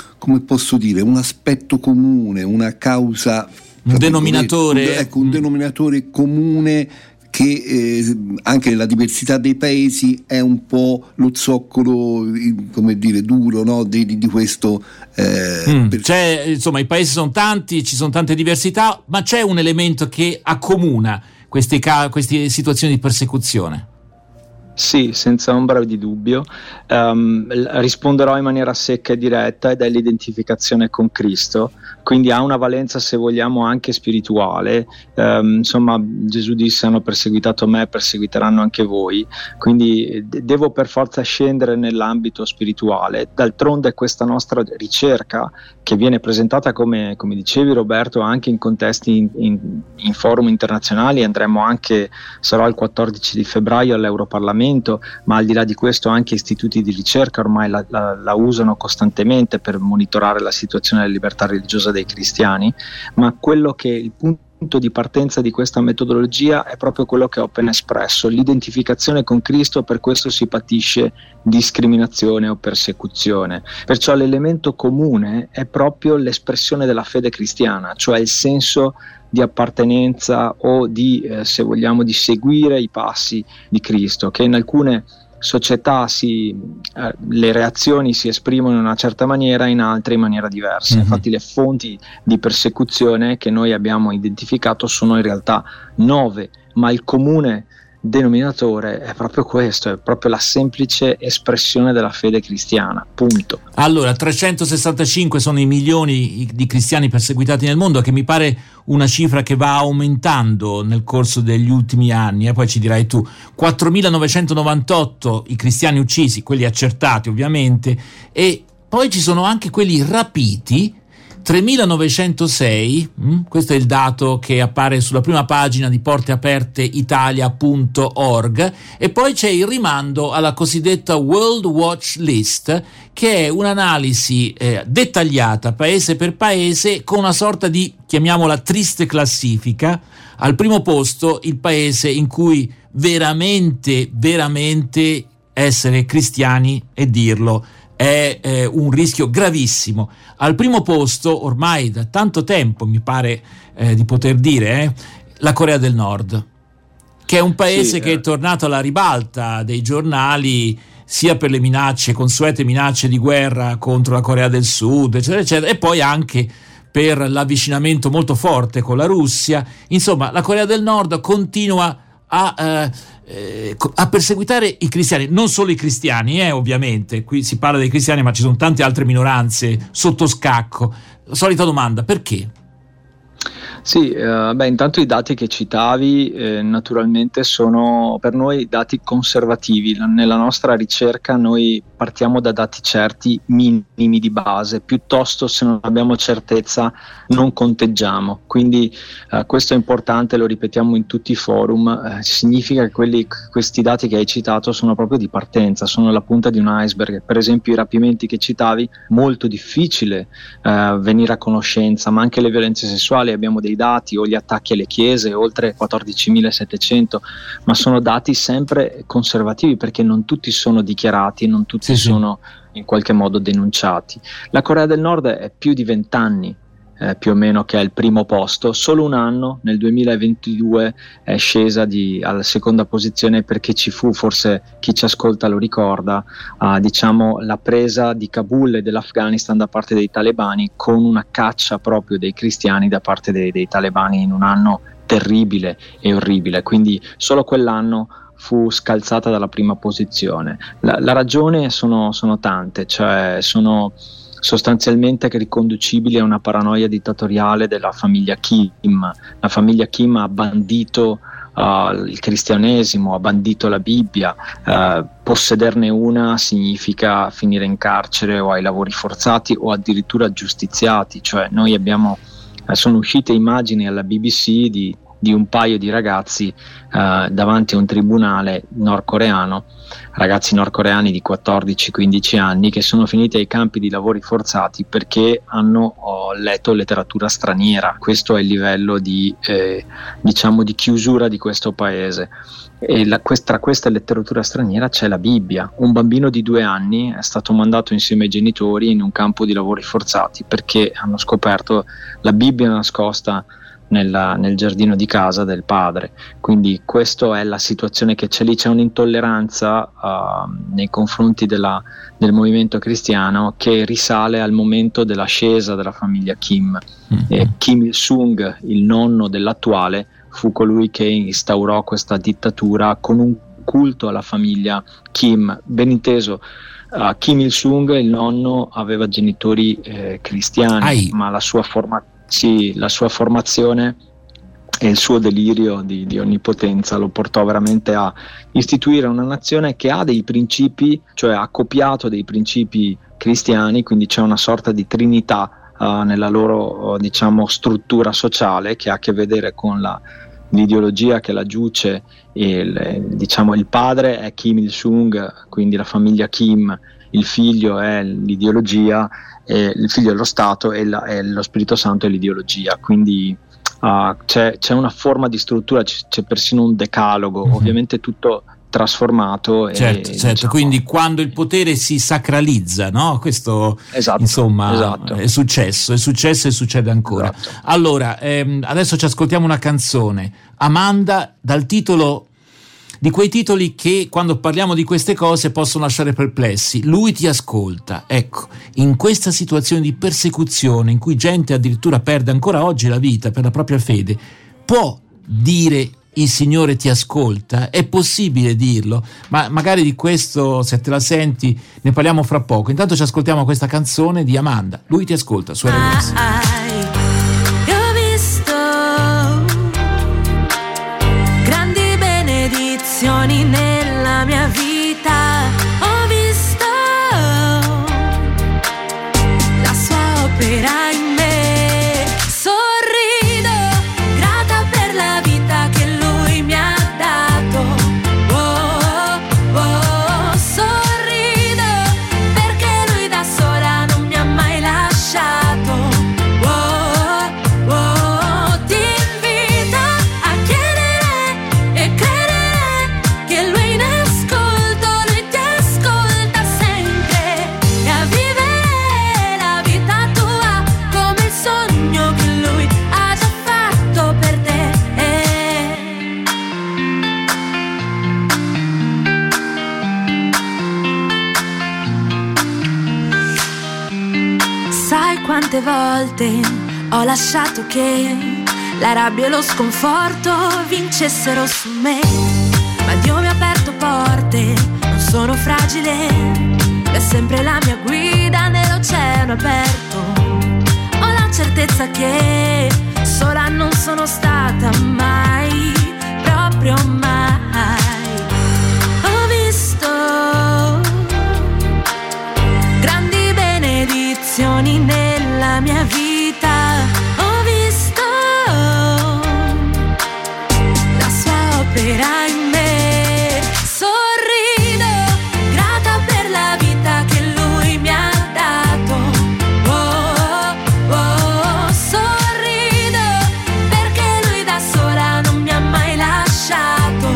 aspetto comune, una causa, un denominatore, un denominatore comune, che anche nella diversità dei paesi è un po' lo zoccolo, duro, no? di questo. C'è, i paesi sono tanti, ci sono tante diversità, ma c'è un elemento che accomuna queste situazioni di persecuzione. Sì, senza ombra di dubbio. Risponderò in maniera secca e diretta, ed è l'identificazione con Cristo, quindi ha una valenza, se vogliamo, anche spirituale. Gesù disse: hanno perseguitato me, perseguiteranno anche voi, quindi devo per forza scendere nell'ambito spirituale. D'altronde questa nostra ricerca, che viene presentata, come dicevi Roberto, anche in contesti in forum internazionali, sarò il 14 di febbraio all'Europarlamento, ma al di là di questo anche istituti di ricerca ormai la usano costantemente per monitorare la situazione della libertà religiosa dei cristiani. Ma quello che il punto di partenza di questa metodologia è proprio quello che ho appena espresso: l'identificazione con Cristo. Per questo si patisce discriminazione o persecuzione. Perciò l'elemento comune è proprio l'espressione della fede cristiana, cioè il senso di appartenenza o di seguire i passi di Cristo, che in alcune società le reazioni si esprimono in una certa maniera, in altre in maniera diversa. Infatti le fonti di persecuzione che noi abbiamo identificato sono in realtà 9, ma il comune denominatore è proprio questo, è proprio la semplice espressione della fede cristiana, punto. Allora, 365 sono i milioni di cristiani perseguitati nel mondo, che mi pare una cifra che va aumentando nel corso degli ultimi anni, poi ci dirai tu. 4.998 i cristiani uccisi, quelli accertati ovviamente, e poi ci sono anche quelli rapiti, 3.906, questo è il dato che appare sulla prima pagina di porteaperteitalia.org, e poi c'è il rimando alla cosiddetta World Watch List, che è un'analisi dettagliata paese per paese, con una sorta di, chiamiamola, triste classifica. Al primo posto il paese in cui veramente essere cristiani, e dirlo, è un rischio gravissimo. Al primo posto, ormai da tanto tempo, mi pare di poter dire, la Corea del Nord, che è un paese che è tornato alla ribalta dei giornali, sia per le consuete minacce di guerra contro la Corea del Sud, eccetera, eccetera, e poi anche per l'avvicinamento molto forte con la Russia. Insomma, la Corea del Nord continua a perseguitare i cristiani, non solo i cristiani, ovviamente, qui si parla dei cristiani, ma ci sono tante altre minoranze sotto scacco. La solita domanda: perché? Sì, intanto i dati che citavi naturalmente sono per noi dati conservativi. Nella nostra ricerca noi partiamo da dati certi, minimi di base, piuttosto se non abbiamo certezza non conteggiamo. Quindi questo è importante, lo ripetiamo in tutti i forum. Significa che questi dati che hai citato sono proprio di partenza, sono la punta di un iceberg. Per esempio i rapimenti che citavi, molto difficile venire a conoscenza, ma anche le violenze sessuali abbiamo dei dati, o gli attacchi alle chiese, oltre 14.700, ma sono dati sempre conservativi, perché non tutti sono dichiarati, non tutti sono in qualche modo denunciati. La Corea del Nord è più di 20 anni più o meno, che è il primo posto. Solo un anno, nel 2022, è scesa alla seconda posizione, perché ci fu, forse chi ci ascolta lo ricorda, diciamo la presa di Kabul e dell'Afghanistan da parte dei talebani, con una caccia proprio dei cristiani da parte dei talebani in un anno terribile e orribile. Quindi solo quell'anno fu scalzata dalla prima posizione. La ragione sono tante, cioè sono sostanzialmente riconducibili a una paranoia dittatoriale della famiglia Kim. La famiglia Kim ha bandito il cristianesimo, ha bandito la Bibbia. Possederne una significa finire in carcere o ai lavori forzati o addirittura giustiziati. Cioè noi sono uscite immagini alla BBC di un paio di ragazzi davanti a un tribunale nordcoreano, ragazzi nordcoreani di 14-15 anni, che sono finiti ai campi di lavori forzati perché hanno letto letteratura straniera. Questo è il livello di chiusura di questo paese. E tra questa letteratura straniera c'è la Bibbia. Un bambino di 2 anni è stato mandato insieme ai genitori in un campo di lavori forzati perché hanno scoperto la Bibbia nascosta nel giardino di casa del padre. Quindi questa è la situazione che c'è lì. C'è un'intolleranza nei confronti del movimento cristiano che risale al momento dell'ascesa della famiglia Kim. Kim Il-sung, il nonno dell'attuale, fu colui che instaurò questa dittatura con un culto alla famiglia Kim. Ben inteso, Kim Il-sung, il nonno, aveva genitori cristiani, ma la sua formazione e il suo delirio di onnipotenza lo portò veramente a istituire una nazione che ha dei principi, cioè ha copiato dei principi cristiani, quindi c'è una sorta di trinità nella loro struttura sociale, che ha a che vedere con l'ideologia che la giuce, e il padre è Kim Il-sung, quindi la famiglia Kim, il figlio è l'ideologia, il figlio è lo Stato e lo Spirito Santo è l'ideologia. Quindi c'è una forma di struttura, c'è persino un decalogo, ovviamente tutto trasformato. Certo. Quindi quando il potere si sacralizza, no? Questo esatto. È successo e succede ancora. Esatto. Allora, adesso ci ascoltiamo una canzone, Amanda, dal titolo di quei titoli che quando parliamo di queste cose possono lasciare perplessi. Lui ti ascolta. Ecco, in questa situazione di persecuzione in cui gente addirittura perde ancora oggi la vita per la propria fede, può dire il Signore ti ascolta? È possibile dirlo? Ma magari di questo, se te la senti, ne parliamo fra poco. Intanto ci ascoltiamo questa canzone di Amanda, Lui ti ascolta, su RWS. Ho visto grandi benedizioni nella mia vita, ho visto la sua opera in me, sorrido, grata per la vita che lui mi ha dato, sorrido perché lui da sola non mi ha mai lasciato, ti invito a chiedere e credere che lui in ascolto, lui ti ascolta sempre, e a vivere la vita tua come il sogno che lui ha già fatto per te. Sai quante volte ho lasciato che la rabbia e lo sconforto vincessero su me, ma Dio mi ha aperto porte, non sono fragile, è sempre la mia guida nell'oceano aperto. Ho la certezza che sola non sono stata mai, proprio mai. Ho visto grandi benedizioni nella mia vita, ho visto la sua opera in me, sorrido, grata per la vita che lui mi ha dato, sorrido perché lui da sola non mi ha mai lasciato,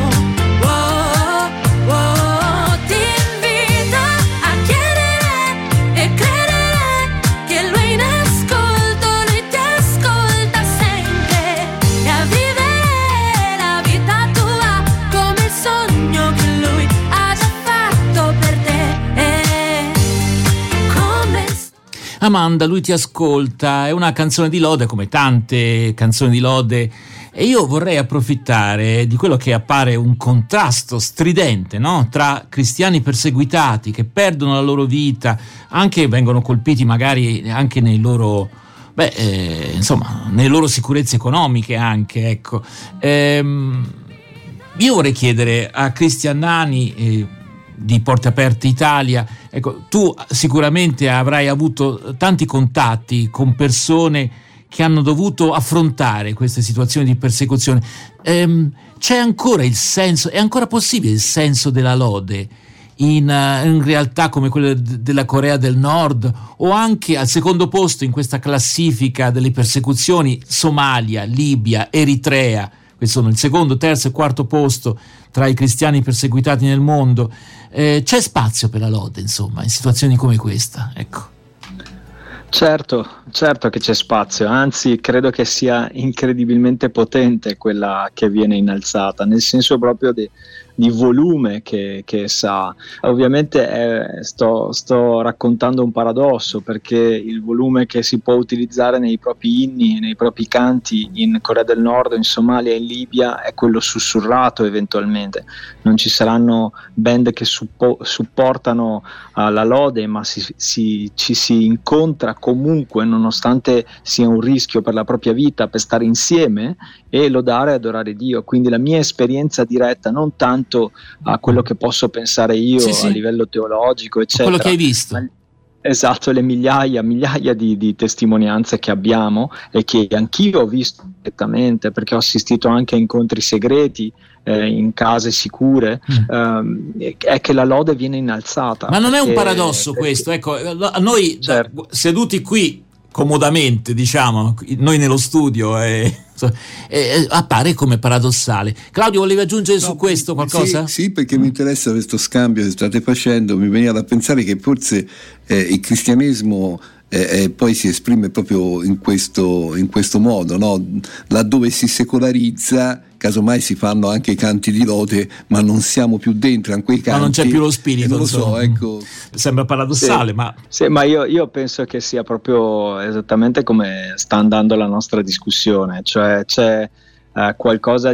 Amanda, lui ti ascolta, è una canzone di lode come tante canzoni di lode, e io vorrei approfittare di quello che appare un contrasto stridente, no? Tra cristiani perseguitati che perdono la loro vita, anche vengono colpiti magari anche nei loro insomma, nelle loro sicurezze economiche anche, ecco. Io vorrei chiedere a Cristian Nani di Porte Aperte Italia, ecco, tu sicuramente avrai avuto tanti contatti con persone che hanno dovuto affrontare queste situazioni di persecuzione. C'è ancora il senso, è ancora possibile il senso della lode in realtà come quella della Corea del Nord, o anche al secondo posto in questa classifica delle persecuzioni Somalia, Libia, Eritrea? Questi sono il secondo, terzo e quarto posto tra i cristiani perseguitati nel mondo. C'è spazio per la lode, insomma, in situazioni come questa, ecco. Certo che c'è spazio, anzi credo che sia incredibilmente potente quella che viene innalzata, nel senso proprio di volume che sa. Ovviamente sto raccontando un paradosso, perché il volume che si può utilizzare nei propri inni, nei propri canti in Corea del Nord, in Somalia e in Libia è quello sussurrato eventualmente. Non ci saranno band che supportano la lode, ma ci si incontra comunque, nonostante sia un rischio per la propria vita, per stare insieme e lodare e adorare Dio. Quindi la mia esperienza diretta, non tanto a quello che posso pensare io a livello teologico, eccetera, quello che hai visto. Esatto, le migliaia di testimonianze che abbiamo e che anch'io ho visto direttamente, perché ho assistito anche a incontri segreti in case sicure, è che la lode viene innalzata. Ma non è un paradosso questo? Ecco, noi seduti qui comodamente, diciamo, noi nello studio, appare come paradossale. Claudio, volevi aggiungere su questo qualcosa? Sì, perché mi interessa questo scambio che state facendo. Mi veniva da pensare che forse il cristianesimo poi si esprime proprio in questo modo, no? Laddove si secolarizza, casomai si fanno anche i canti di lode, ma non siamo più dentro in quei canti. Ma non c'è più lo spirito, non lo so, ecco. Sembra paradossale, ma io penso che sia proprio esattamente come sta andando la nostra discussione, cioè c'è qualcosa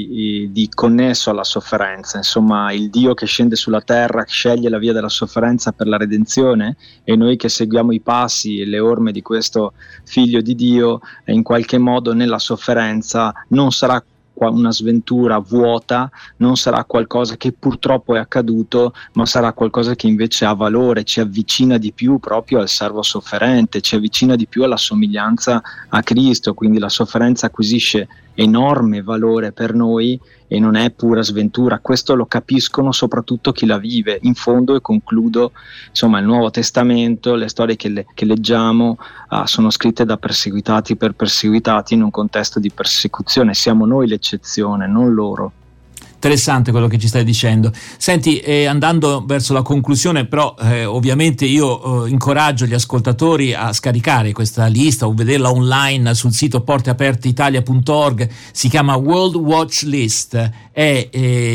di connesso alla sofferenza, insomma il Dio che scende sulla terra, sceglie la via della sofferenza per la redenzione, e noi che seguiamo i passi e le orme di questo figlio di Dio, in qualche modo nella sofferenza non sarà una sventura vuota, non sarà qualcosa che purtroppo è accaduto, ma sarà qualcosa che invece ha valore, ci avvicina di più proprio al servo sofferente, ci avvicina di più alla somiglianza a Cristo. Quindi la sofferenza acquisisce enorme valore per noi e non è pura sventura. Questo lo capiscono soprattutto chi la vive. In fondo, e concludo, insomma, il Nuovo Testamento, le storie che leggiamo sono scritte da perseguitati per perseguitati in un contesto di persecuzione. Siamo noi l'eccezione, non loro. Interessante quello che ci stai dicendo. Senti, andando verso la conclusione, però ovviamente io incoraggio gli ascoltatori a scaricare questa lista o vederla online sul sito porteaperteitalia.org. Si chiama World Watch List, è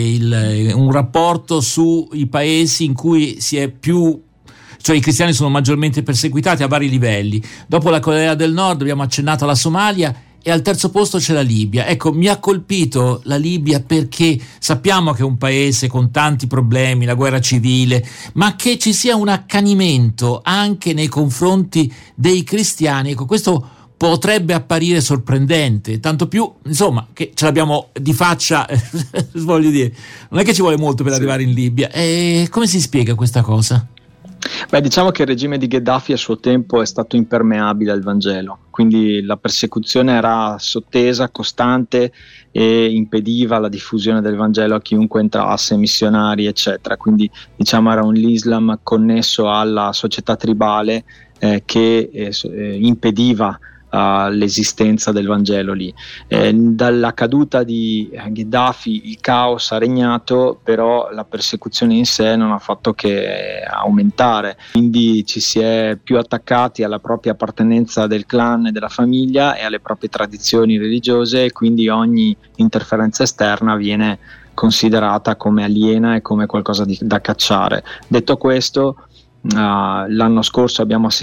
un rapporto sui paesi in cui cioè i cristiani sono maggiormente perseguitati a vari livelli. Dopo la Corea del Nord abbiamo accennato alla Somalia, e al terzo posto c'è la Libia. Ecco, mi ha colpito la Libia perché sappiamo che è un paese con tanti problemi, la guerra civile, ma che ci sia un accanimento anche nei confronti dei cristiani, ecco, questo potrebbe apparire sorprendente, tanto più, insomma, che ce l'abbiamo di faccia, voglio dire, non è che ci vuole molto per arrivare in Libia. E come si spiega questa cosa? Diciamo che il regime di Gheddafi a suo tempo è stato impermeabile al Vangelo, quindi la persecuzione era sottesa, costante, e impediva la diffusione del Vangelo a chiunque entrasse, missionari eccetera. Quindi diciamo era l'Islam connesso alla società tribale che impediva l'esistenza del Vangelo lì. Dalla caduta di Gheddafi il caos ha regnato, però la persecuzione in sé non ha fatto che aumentare, quindi ci si è più attaccati alla propria appartenenza del clan e della famiglia e alle proprie tradizioni religiose, e quindi ogni interferenza esterna viene considerata come aliena e come qualcosa da cacciare. Detto questo, l'anno scorso abbiamo assistito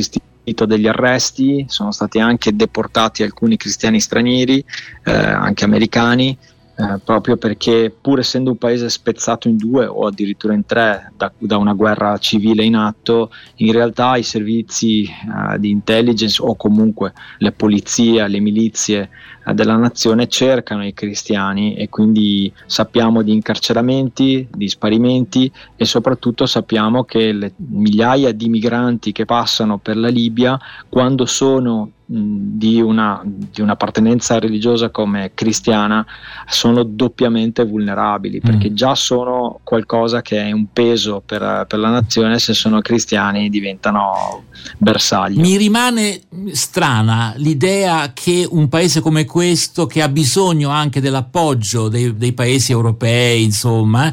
degli arresti, sono stati anche deportati alcuni cristiani stranieri, anche americani, proprio perché, pur essendo un paese spezzato in due o addirittura in tre da una guerra civile in atto, in realtà i servizi di intelligence o comunque le polizie, le milizie della nazione cercano i cristiani, e quindi sappiamo di incarceramenti, di sparimenti, e soprattutto sappiamo che le migliaia di migranti che passano per la Libia, quando sono di un'appartenenza religiosa come cristiana, sono doppiamente vulnerabili, perché già sono qualcosa che è un peso per la nazione, se sono cristiani diventano bersaglio. Mi rimane strana l'idea che un paese come questo, che ha bisogno anche dell'appoggio dei paesi europei, insomma,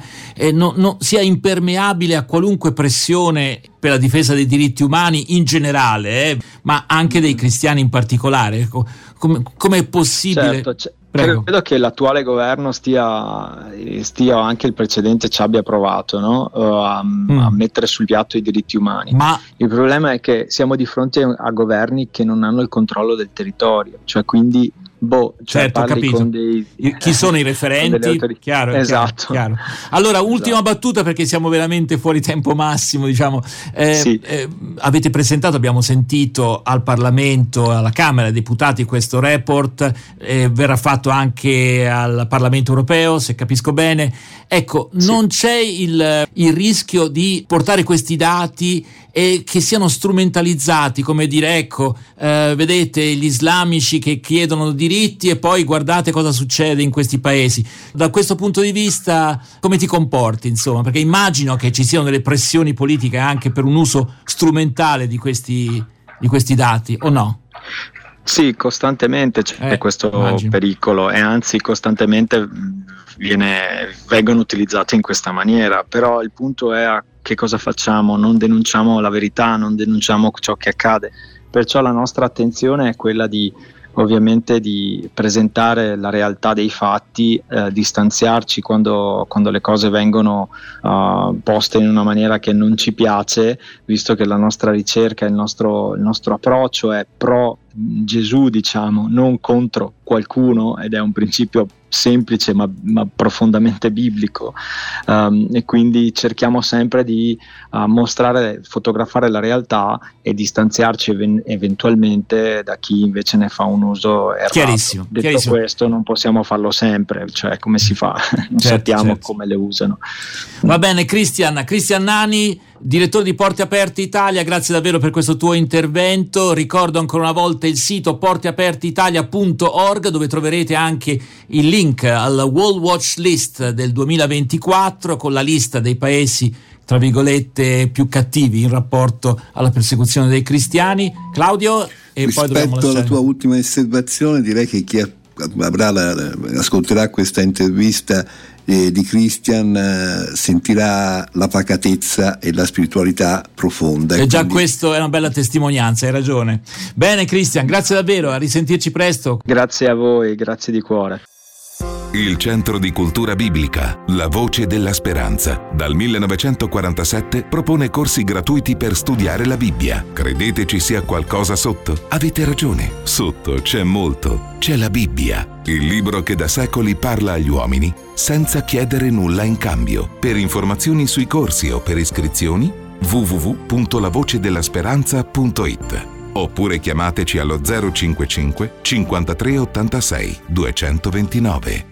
sia impermeabile a qualunque pressione per la difesa dei diritti umani in generale, ma anche dei cristiani in particolare. Come è possibile? Certo, credo che l'attuale governo stia anche il precedente ci abbia provato, no? a mettere sul piatto i diritti umani. Ma il problema è che siamo di fronte a governi che non hanno il controllo del territorio, cioè quindi certo, ho capito. Chi sono i referenti? Chiaro, esatto. Chiaro. Allora, ultima battuta, perché siamo veramente fuori tempo massimo, diciamo. Sì. Avete presentato, abbiamo sentito al Parlamento, alla Camera dei Deputati, questo report, verrà fatto anche al Parlamento europeo, se capisco bene. Ecco, sì. Non c'è il rischio di portare questi dati e che siano strumentalizzati, come dire, ecco, vedete gli islamici che chiedono diritti e poi guardate cosa succede in questi paesi. Da questo punto di vista come ti comporti, insomma? Perché immagino che ci siano delle pressioni politiche anche per un uso strumentale di questi dati, o no? Sì, costantemente c'è questo pericolo, e anzi costantemente vengono utilizzati in questa maniera, però il punto è che cosa facciamo? Non denunciamo la verità, non denunciamo ciò che accade, perciò la nostra attenzione è quella ovviamente di presentare la realtà dei fatti, distanziarci quando le cose vengono poste in una maniera che non ci piace, visto che la nostra ricerca, il nostro approccio è pro Gesù, diciamo, non contro qualcuno, ed è un principio semplice ma profondamente biblico, e quindi cerchiamo sempre di fotografare la realtà e distanziarci eventualmente da chi invece ne fa un uso errato. Chiarissimo. Questo non possiamo farlo sempre, cioè come si fa? Non sappiamo come le usano. Va bene, Cristian Nani, direttore di Porte Aperte Italia, grazie davvero per questo tuo intervento. Ricordo ancora una volta il sito porteaperteitalia.org, dove troverete anche il link al World Watch List del 2024 con la lista dei paesi, tra virgolette, più cattivi in rapporto alla persecuzione dei cristiani. Claudio, e poi rispetto alla tua ultima osservazione, direi che chi ascolterà questa intervista di Christian sentirà la pacatezza e la spiritualità profonda. E già questo è una bella testimonianza, hai ragione. Bene Christian, grazie davvero, a risentirci presto. Grazie a voi, grazie di cuore. Il Centro di Cultura Biblica, La Voce della Speranza, dal 1947 propone corsi gratuiti per studiare la Bibbia. Credete ci sia qualcosa sotto? Avete ragione, sotto c'è molto. C'è la Bibbia, il libro che da secoli parla agli uomini senza chiedere nulla in cambio. Per informazioni sui corsi o per iscrizioni, www.lavocedellasperanza.it. Oppure chiamateci allo 055 53 86 229.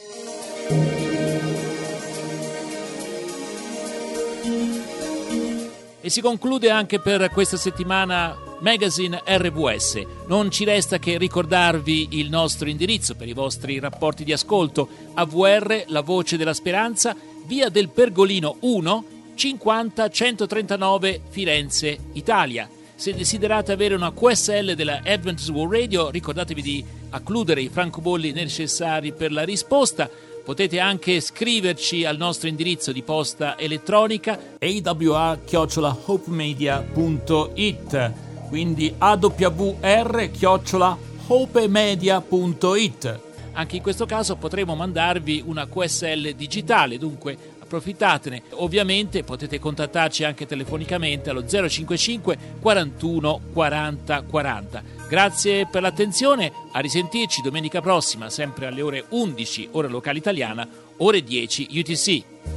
E si conclude anche per questa settimana Magazine RVS. Non ci resta che ricordarvi il nostro indirizzo per i vostri rapporti di ascolto: AVR, La Voce della Speranza, via del Pergolino 1, 50 139 Firenze, Italia. Se desiderate avere una QSL della Adventist World Radio, ricordatevi di accludere i francobolli necessari per la risposta. Potete anche scriverci al nostro indirizzo di posta elettronica awr@hopemedia.it, quindi awr@hopemedia.it. Anche in questo caso potremo mandarvi una QSL digitale, dunque approfittatene. Ovviamente potete contattarci anche telefonicamente allo 055 41 40 40. Grazie per l'attenzione, a risentirci domenica prossima, sempre alle ore 11, ora locale italiana, ore 10 UTC.